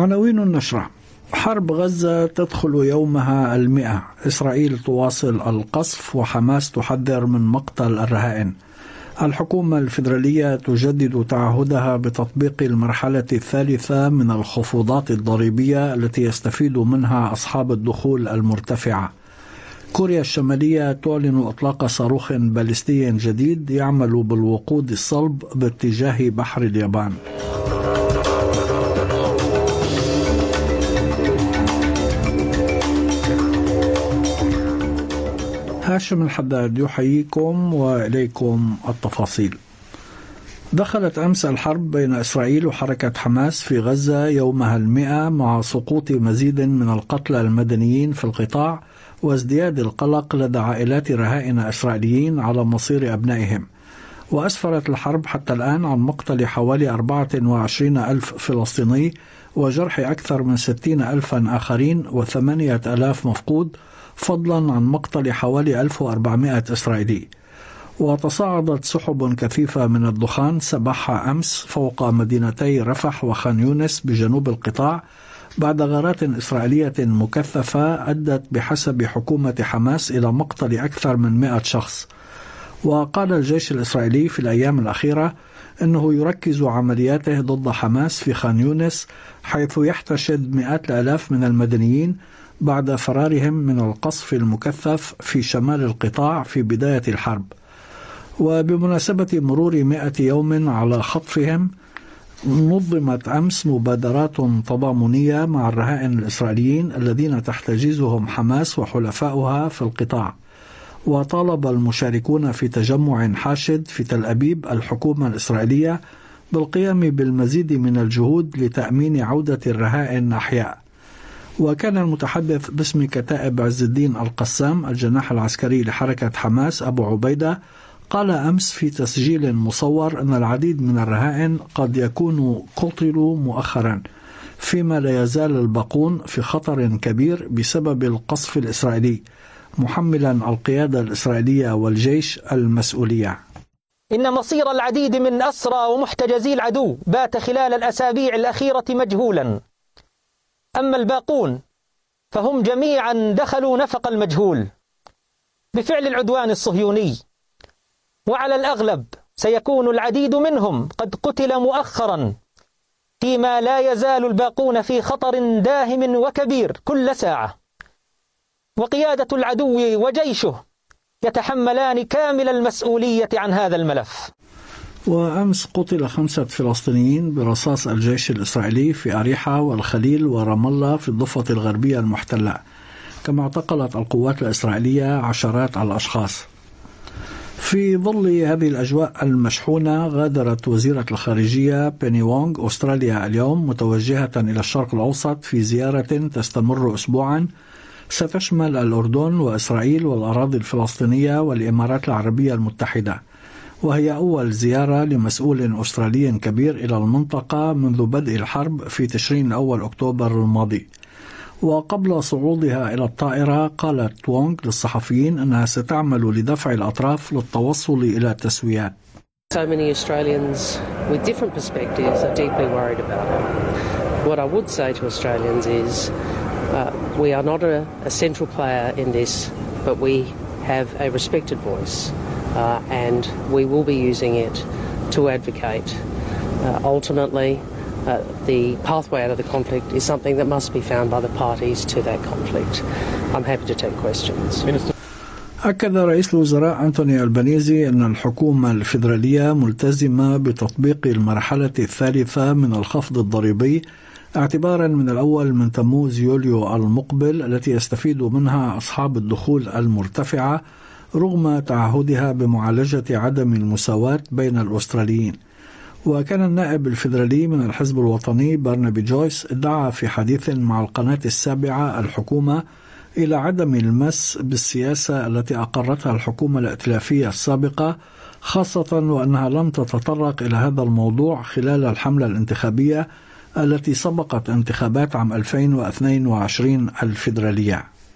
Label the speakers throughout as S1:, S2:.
S1: عناوين النشرة: حرب غزة تدخل يومها 100، إسرائيل تواصل القصف وحماس تحذر من مقتل الرهائن. الحكومة الفيدرالية تجدد تعهدها بتطبيق المرحلة الثالثة من الخفوضات الضريبية التي يستفيد منها أصحاب الدخول المرتفعة. كوريا الشمالية تعلن إطلاق صاروخ باليستي جديد يعمل بالوقود الصلب باتجاه بحر اليابان. هاشم الحداد يحييكم وإليكم التفاصيل. دخلت أمس الحرب بين إسرائيل وحركة حماس في غزة يومها 100 مع سقوط مزيد من القتلى المدنيين في القطاع وازدياد القلق لدى عائلات رهائن إسرائيليين على مصير أبنائهم. وأسفرت الحرب حتى الآن عن مقتل حوالي 24,000 فلسطيني وجرح أكثر من 60,000 آخرين و8,000 مفقود، فضلا عن مقتل حوالي 1,400 إسرائيلي. وتصاعدت سحب كثيفة من الدخان سباحها أمس فوق مدينتي رفح وخان يونس بجنوب القطاع بعد غارات إسرائيلية مكثفة أدت بحسب حكومة حماس إلى مقتل أكثر من 100 شخص. وقال الجيش الإسرائيلي في الأيام الأخيرة أنه يركز عملياته ضد حماس في خان يونس، حيث يحتشد مئات الآلاف من المدنيين بعد فرارهم من القصف المكثف في شمال القطاع في بداية الحرب. وبمناسبة مرور 100 يوم على خطفهم، نظمت أمس مبادرات تضامنية مع الرهائن الإسرائيليين الذين تحتجزهم حماس وحلفاؤها في القطاع. وطالب المشاركون في تجمع حاشد في تل أبيب الحكومة الإسرائيلية بالقيام بالمزيد من الجهود لتأمين عودة الرهائن أحياء. وكان المتحدث باسم كتائب عز الدين القسام الجناح العسكري لحركة حماس أبو عبيدة قال أمس في تسجيل مصور أن العديد من الرهائن قد يكونوا قتلوا مؤخرا، فيما لا يزال الباقون في خطر كبير بسبب القصف الإسرائيلي، محملا القيادة الإسرائيلية والجيش المسؤولية.
S2: إن مصير العديد من أسرى ومحتجزي العدو بات خلال الأسابيع الأخيرة مجهولا. أما الباقون فهم جميعا دخلوا نفق المجهول بفعل العدوان الصهيوني، وعلى الأغلب سيكون العديد منهم قد قتل مؤخرا، فيما لا يزال الباقون في خطر داهم وكبير كل ساعة. وقيادة العدو وجيشه يتحملان كامل المسؤولية عن هذا الملف.
S1: وأمس قتل 5 فلسطينيين برصاص الجيش الإسرائيلي في أريحة والخليل ورام الله في الضفة الغربية المحتلة، كما اعتقلت القوات الإسرائيلية عشرات الأشخاص. في ظل هذه الأجواء المشحونة، غادرت وزيرة الخارجية بيني وونغ أستراليا اليوم متوجهة إلى الشرق الأوسط في زيارة تستمر أسبوعا ستشمل الأردن وإسرائيل والأراضي الفلسطينية والإمارات العربية المتحدة، وهي أول زيارة لمسؤول أسترالي كبير إلى المنطقة منذ بدء الحرب في تشرين الأول أكتوبر الماضي. وقبل صعودها إلى الطائرة قالت وونغ للصحفيين أنها ستعمل لدفع الأطراف للتوصل إلى تسويات.
S3: So many Australians with different perspectives are deeply worried about it. What I would say to Australians is we are not a central player in this, but we have a respected voice and we will be using it to advocate. Ultimately, the pathway out of the conflict is something that must be found by the parties to that conflict. I'm happy to take questions.
S1: أكد رئيس الوزراء أنتوني ألبانيزي أن الحكومة الفيدرالية ملتزمة بتطبيق المرحلة الثالثة من الخفض الضريبي اعتبارا من الأول من تموز يوليو المقبل، التي يستفيد منها أصحاب الدخول المرتفعة رغم تعهدها بمعالجة عدم المساواة بين الأستراليين. وكان النائب الفيدرالي من الحزب الوطني برنابي جويس ادعى في حديث مع القناة السابعة الحكومة إلى عدم المس بالسياسة التي أقرتها الحكومة الائتلافية السابقة، خاصة وأنها لم تتطرق إلى هذا الموضوع خلال الحملة الانتخابية التي سبقت انتخابات عام 2022 الفيدرالية.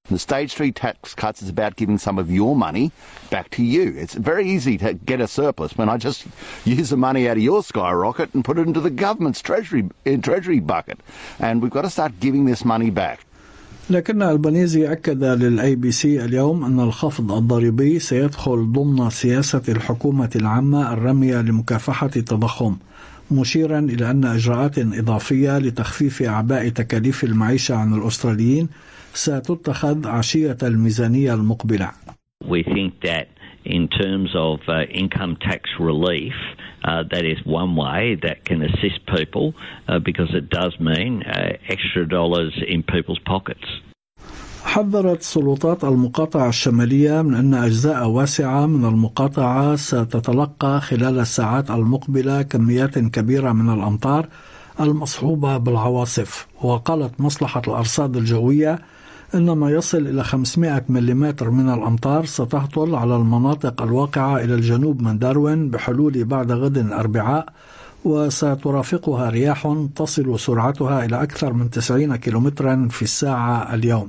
S4: The stage 3 tax cuts is about giving some of your money back to you. It's very easy to get a surplus when I just use the money out of your skyrocket and put it into the government's treasury bucket. And we've got to start giving this money back.
S1: لكن البنيزي أكد للABC اليوم أن الخفض الضريبي سيدخل ضمن سياسة الحكومة العامة الرامية لمكافحة التضخم، مشيرا إلى أن إجراءات إضافية لتخفيف أعباء تكاليف المعيشة عن الأستراليين ستتخذ عشية الميزانية المقبلة.
S5: We think that in terms of income tax relief, that is one way that can assist people because it does mean extra dollars in people's pockets.
S1: حذرت سلطات المقاطعة الشمالية من أن أجزاء واسعة من المقاطعة ستتلقى خلال الساعات المقبلة كميات كبيرة من الأمطار المصحوبة بالعواصف، وقالت مصلحة الأرصاد الجوية إن ما يصل إلى 500 ملم من الأمطار ستهطل على المناطق الواقعة إلى الجنوب من داروين بحلول بعد غد الأربعاء، وسترافقها رياح تصل سرعتها إلى أكثر من 90 كيلومترا في الساعة اليوم.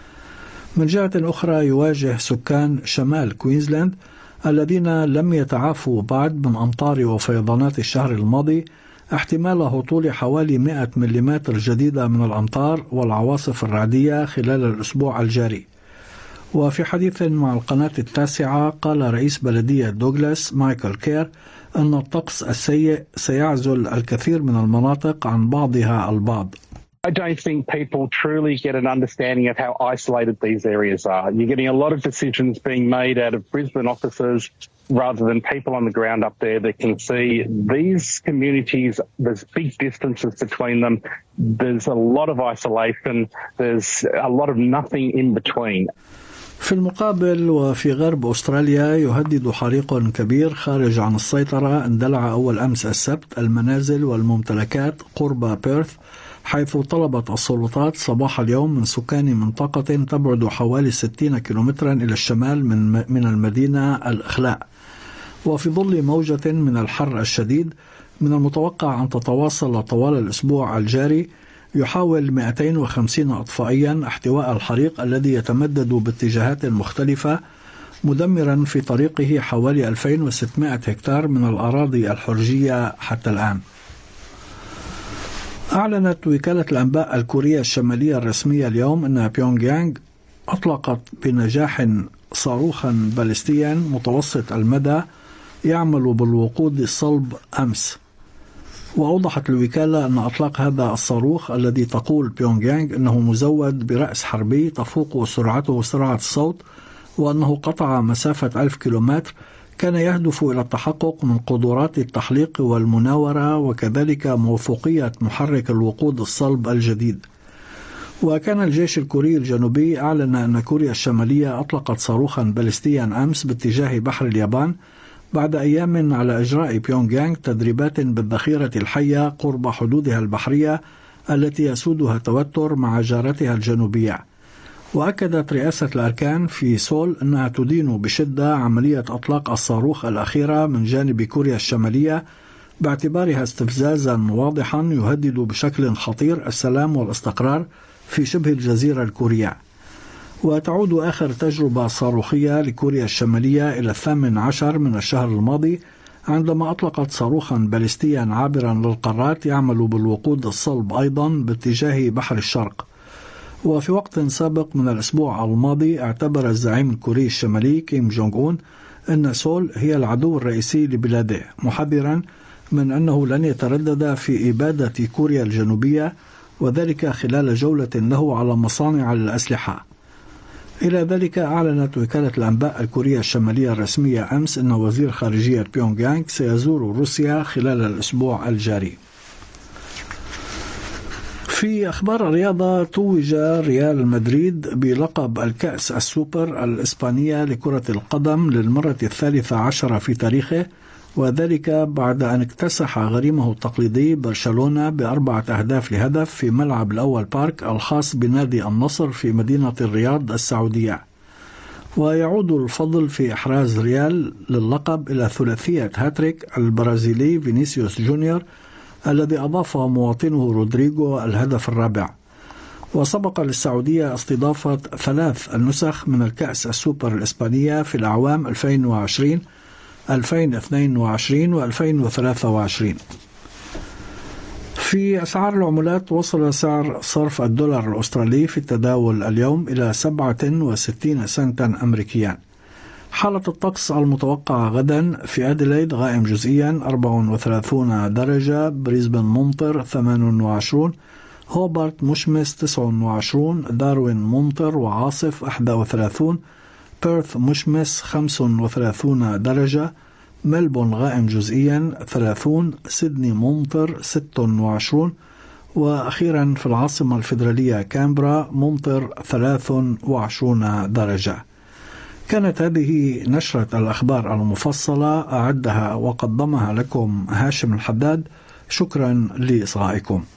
S1: من جهة أخرى يواجه سكان شمال كوينزلاند الذين لم يتعافوا بعد من أمطار وفيضانات الشهر الماضي احتمال هطول حوالي 100 ملم جديدة من الأمطار والعواصف الرعدية خلال الأسبوع الجاري. وفي حديث مع القناة التاسعة قال رئيس بلدية دوغلاس مايكل كير أن الطقس السيء سيعزل الكثير من المناطق عن بعضها البعض.
S6: I don't think people truly get an understanding of how isolated these areas are. You're getting a lot of decisions being made out of Brisbane officers rather than people on the ground up there that can see these communities, there's big distances between them, there's a lot of isolation, there's a lot of nothing in between.
S1: في المقابل وفي غرب أستراليا يهدد حريق كبير خارج عن السيطرة اندلع أول أمس السبت المنازل والممتلكات قرب بيرث، حيث طلبت السلطات صباح اليوم من سكان منطقة تبعد حوالي 60 كيلومترا إلى الشمال من المدينة الإخلاء. وفي ظل موجة من الحر الشديد من المتوقع أن تتواصل طوال الأسبوع الجاري، يحاول 250 أطفائيا احتواء الحريق الذي يتمدد باتجاهات مختلفة، مدمرا في طريقه حوالي 2600 هكتار من الأراضي الحرجية حتى الآن. أعلنت وكالة الأنباء الكورية الشمالية الرسمية اليوم أن بيونغ يانغ أطلقت بنجاح صاروخا باليستيا متوسط المدى يعمل بالوقود الصلب أمس. وأوضحت الوكالة أن أطلاق هذا الصاروخ الذي تقول بيونغ يانغ أنه مزود برأس حربي تفوق سرعته سرعة الصوت وأنه قطع مسافة 1000 كيلومتر كان يهدف إلى التحقق من قدرات التحليق والمناورة وكذلك موثوقية محرك الوقود الصلب الجديد. وكان الجيش الكوري الجنوبي أعلن أن كوريا الشمالية أطلقت صاروخا باليستيا أمس باتجاه بحر اليابان بعد أيام على إجراء بيونغ يانغ تدريبات بالذخيرة الحية قرب حدودها البحرية التي يسودها توتر مع جارتها الجنوبية. وأكدت رئاسة الأركان في سول أنها تدين بشدة عملية أطلاق الصاروخ الأخيرة من جانب كوريا الشمالية باعتبارها استفزازا واضحا يهدد بشكل خطير السلام والاستقرار في شبه الجزيرة الكورية. وتعود آخر تجربة صاروخية لكوريا الشمالية إلى 18 من الشهر الماضي عندما أطلقت صاروخا باليستيا عابرا للقارات يعمل بالوقود الصلب أيضا باتجاه بحر الشرق. وفي وقت سابق من الأسبوع الماضي اعتبر الزعيم الكوري الشمالي كيم جونغ أون أن سول هي العدو الرئيسي لبلاده، محذرا من أنه لن يتردد في إبادة كوريا الجنوبية وذلك خلال جولة له على مصانع الأسلحة. إلى ذلك أعلنت وكالة الأنباء الكورية الشمالية الرسمية أمس أن وزير خارجية بيونغ يانغ سيزور روسيا خلال الأسبوع الجاري. في أخبار الرياضة، توج ريال مدريد بلقب الكأس السوبر الإسبانية لكرة القدم للمرة 13 في تاريخه، وذلك بعد أن اكتسح غريمه التقليدي برشلونة ب4 أهداف لهدف في ملعب الأول بارك الخاص بنادي النصر في مدينة الرياض السعودية. ويعود الفضل في إحراز ريال للقب إلى ثلاثية هاتريك البرازيلي فينيسيوس جونيور الذي أضاف مواطنه رودريغو الهدف الرابع. وسبق للسعودية استضافة 3 نسخ من الكأس السوبر الإسبانية في الأعوام 2020 2022 و2023. في أسعار العملات، وصل سعر صرف الدولار الأسترالي في التداول اليوم إلى 67 سنتا أمريكيا. حالة الطقس المتوقعة غدا: في أديلايد غائم جزئيا 34 درجة، بريسبن ممطر 28، هوبارت مشمس 29، داروين ممطر وعاصف 31، بيرث مشمس 35 درجة، ملبون غائم جزئيا 30، سيدني ممطر 26، وأخيرا في العاصمة الفيدرالية كامبرا ممطر 23 درجة. كانت هذه نشرة الأخبار المفصلة، أعدها وقدمها لكم هاشم الحداد. شكرا لإصغائكم.